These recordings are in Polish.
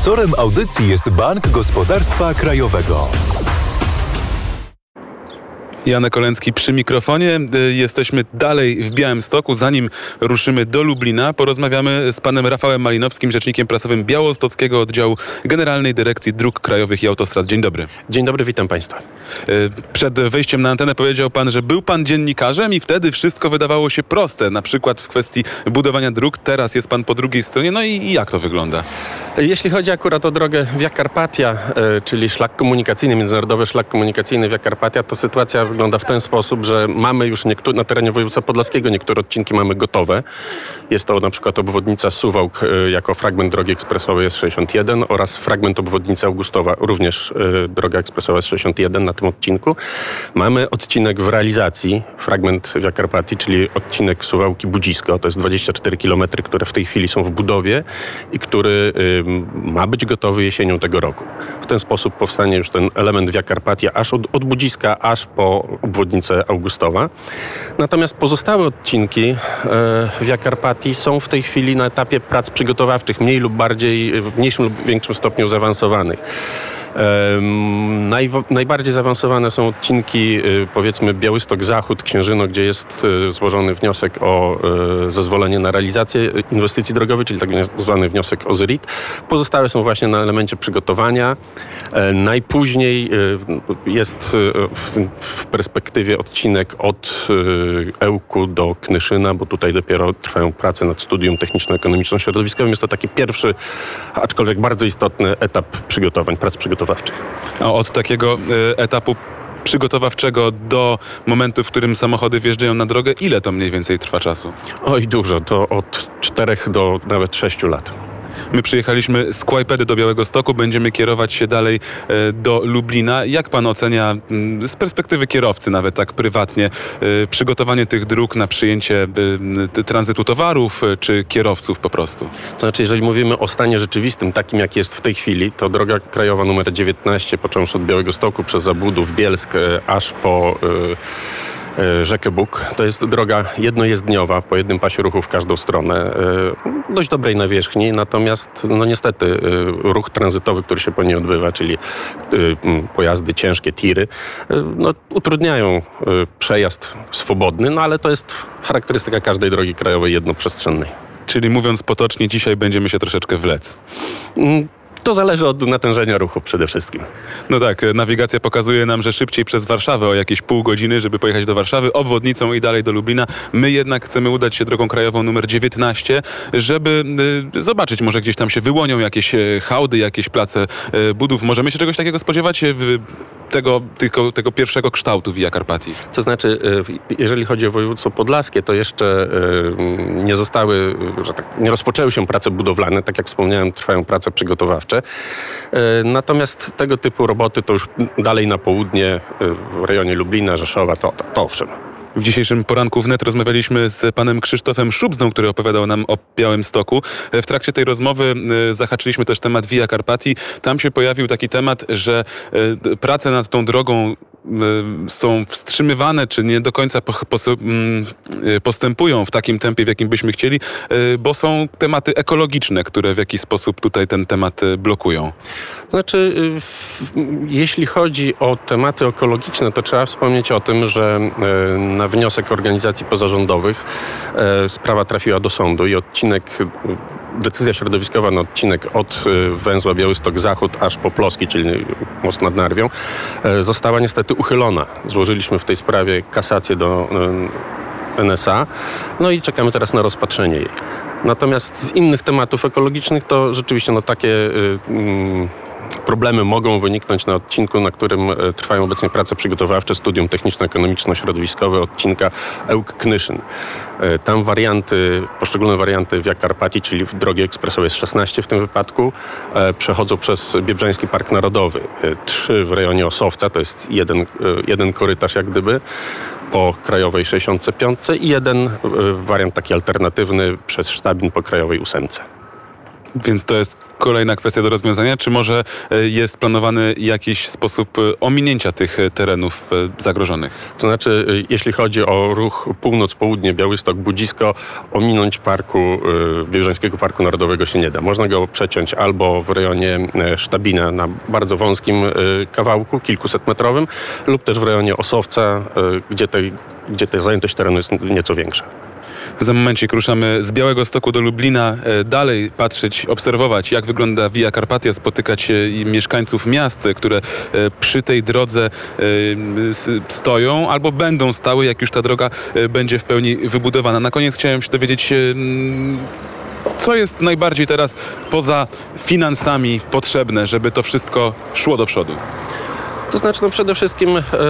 Sponsorem audycji jest Bank Gospodarstwa Krajowego. Janek Olęcki przy mikrofonie. Jesteśmy dalej w Białymstoku. Zanim ruszymy do Lublina, porozmawiamy z panem Rafałem Malinowskim, rzecznikiem prasowym Białostockiego Oddziału Generalnej Dyrekcji Dróg Krajowych i Autostrad. Dzień dobry. Dzień dobry, witam państwa. Przed wejściem na antenę powiedział pan, że był pan dziennikarzem i wtedy wszystko wydawało się proste, na przykład w kwestii budowania dróg. Teraz jest pan po drugiej stronie. No i jak to wygląda? Jeśli chodzi akurat o drogę Via Carpatia, czyli szlak komunikacyjny, międzynarodowy szlak komunikacyjny Via Carpatia, to sytuacja wygląda w ten sposób, że mamy już na terenie województwa podlaskiego niektóre odcinki mamy gotowe. Jest to na przykład obwodnica Suwałk jako fragment drogi ekspresowej S61 oraz fragment obwodnicy Augustowa, również droga ekspresowa S61 na tym odcinku. Mamy odcinek w realizacji, fragment Via Carpatii, czyli odcinek Suwałki-Budzisko. To jest 24 km, które w tej chwili są w budowie i który ma być gotowy jesienią tego roku. W ten sposób powstanie już ten element Via Carpatia aż od Budziska, aż po obwodnicę Augustowa. Natomiast pozostałe odcinki Via Carpatii są w tej chwili na etapie prac przygotowawczych, w mniejszym lub większym stopniu zaawansowanych. Najbardziej zaawansowane są odcinki, powiedzmy Białystok-Zachód, Księżyno, gdzie jest złożony wniosek o zezwolenie na realizację inwestycji drogowej, czyli tak zwany wniosek o ZRID. Pozostałe są właśnie na elemencie przygotowania. Najpóźniej jest w perspektywie odcinek od Ełku do Knyszyna, bo tutaj dopiero trwają prace nad studium techniczno-ekonomiczno-środowiskowym. Jest to taki pierwszy, aczkolwiek bardzo istotny etap przygotowań, prac przygotowawczych. A od takiego etapu przygotowawczego do momentu, w którym samochody wjeżdżają na drogę, ile to mniej więcej trwa czasu? Oj, dużo. To od 4 do nawet 6 lat. My przyjechaliśmy z Kłajpedy do Białegostoku, będziemy kierować się dalej do Lublina. Jak pan ocenia z perspektywy kierowcy, nawet tak prywatnie, przygotowanie tych dróg na przyjęcie tranzytu towarów czy kierowców po prostu? To znaczy, jeżeli mówimy o stanie rzeczywistym, takim jak jest w tej chwili, to droga krajowa numer 19, począwszy od Białegostoku przez Zabłudów, Bielsk, aż po rzekę Bóg. To jest droga jednojezdniowa, po jednym pasie ruchu w każdą stronę, dość dobrej nawierzchni, natomiast no niestety ruch tranzytowy, który się po niej odbywa, czyli pojazdy ciężkie, tiry, no, utrudniają przejazd swobodny, no ale to jest charakterystyka każdej drogi krajowej jednoprzestrzennej. Czyli mówiąc potocznie, dzisiaj będziemy się troszeczkę wlec. To zależy od natężenia ruchu przede wszystkim. No tak, nawigacja pokazuje nam, że szybciej przez Warszawę o jakieś pół godziny, żeby pojechać do Warszawy, obwodnicą i dalej do Lublina. My jednak chcemy udać się drogą krajową numer 19, żeby zobaczyć, może gdzieś tam się wyłonią jakieś hałdy, jakieś place budów. Możemy się czegoś takiego spodziewać tego pierwszego kształtu Via Carpatii? To znaczy, jeżeli chodzi o województwo podlaskie, to jeszcze nie rozpoczęły się prace budowlane. Tak jak wspomniałem, trwają prace przygotowawcze. Natomiast tego typu roboty to już dalej na południe, w rejonie Lublina, Rzeszowa, to owszem. W dzisiejszym poranku wnet rozmawialiśmy z panem Krzysztofem Szubzną, który opowiadał nam o Białymstoku. W trakcie tej rozmowy zahaczyliśmy też temat Via Carpatii. Tam się pojawił taki temat, że prace nad tą drogą są wstrzymywane, czy nie do końca postępują w takim tempie, w jakim byśmy chcieli, bo są tematy ekologiczne, które w jakiś sposób tutaj ten temat blokują. Znaczy, jeśli chodzi o tematy ekologiczne, to trzeba wspomnieć o tym, że na wniosek organizacji pozarządowych sprawa trafiła do sądu i decyzja środowiskowa na odcinek od węzła Białystok-Zachód aż po Ploski, czyli most nad Narwią, została niestety uchylona. Złożyliśmy w tej sprawie kasację do NSA, no i czekamy teraz na rozpatrzenie jej. Natomiast z innych tematów ekologicznych to rzeczywiście takie problemy mogą wyniknąć na odcinku, na którym trwają obecnie prace przygotowawcze, studium techniczno-ekonomiczno-środowiskowe odcinka Ełk-Knyszyn. Tam poszczególne warianty Via Carpatii, czyli drogi ekspresowej S16 w tym wypadku, przechodzą przez Biebrzański Park Narodowy. 3 w rejonie Osowca, to jest jeden korytarz jak gdyby, po krajowej 65 i jeden wariant taki alternatywny przez Sztabin po krajowej 8. Więc to jest kolejna kwestia do rozwiązania. Czy może jest planowany jakiś sposób ominięcia tych terenów zagrożonych? To znaczy, jeśli chodzi o ruch północ-południe, Białystok, Budzisko, ominąć Białowieżańskiego Parku Narodowego się nie da. Można go przeciąć albo w rejonie Sztabina na bardzo wąskim kawałku, kilkusetmetrowym, lub też w rejonie Osowca, gdzie ta zajętość terenu jest nieco większa. Za momencik ruszamy z Białegostoku do Lublina, dalej patrzeć, obserwować, jak wygląda Via Carpatia, spotykać mieszkańców miast, które przy tej drodze stoją albo będą stały, jak już ta droga będzie w pełni wybudowana. Na koniec chciałem się dowiedzieć, co jest najbardziej teraz poza finansami potrzebne, żeby to wszystko szło do przodu? To znaczy, przede wszystkim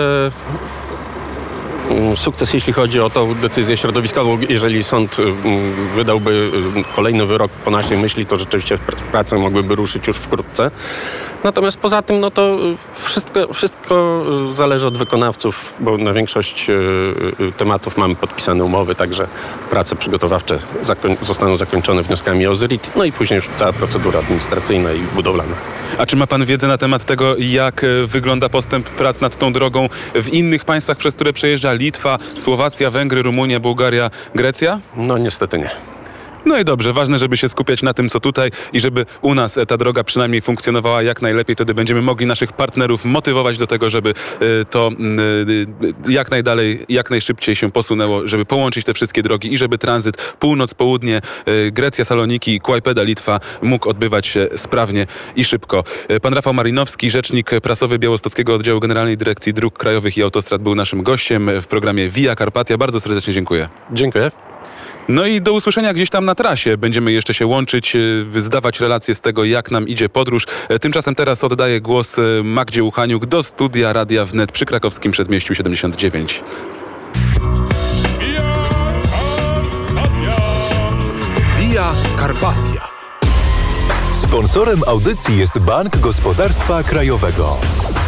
sukces, jeśli chodzi o tą decyzję środowiskową. Jeżeli sąd wydałby kolejny wyrok po naszej myśli, to rzeczywiście prace mogłyby ruszyć już wkrótce. Natomiast poza tym, to wszystko zależy od wykonawców, bo na większość tematów mamy podpisane umowy, także prace przygotowawcze zostaną zakończone wnioskami o ZRID, i później już cała procedura administracyjna i budowlana. A czy ma pan wiedzę na temat tego, jak wygląda postęp prac nad tą drogą w innych państwach, przez które przejeżdża Litwa, Słowacja, Węgry, Rumunia, Bułgaria, Grecja? Niestety nie. No i dobrze, ważne, żeby się skupiać na tym, co tutaj i żeby u nas ta droga przynajmniej funkcjonowała jak najlepiej. Wtedy będziemy mogli naszych partnerów motywować do tego, żeby to jak najdalej, jak najszybciej się posunęło, żeby połączyć te wszystkie drogi i żeby tranzyt północ-południe, Grecja, Saloniki, Kłajpeda, Litwa mógł odbywać się sprawnie i szybko. Pan Rafał Marinowski, rzecznik prasowy Białostockiego Oddziału Generalnej Dyrekcji Dróg Krajowych i Autostrad, był naszym gościem w programie Via Carpatia. Bardzo serdecznie dziękuję. Dziękuję. No i do usłyszenia gdzieś tam na trasie. Będziemy jeszcze się łączyć, zdawać relacje z tego, jak nam idzie podróż. Tymczasem teraz oddaję głos Magdzie Uchaniuk do studia Radia Wnet przy krakowskim Przedmieściu 79. Via Carpatia. Sponsorem audycji jest Bank Gospodarstwa Krajowego.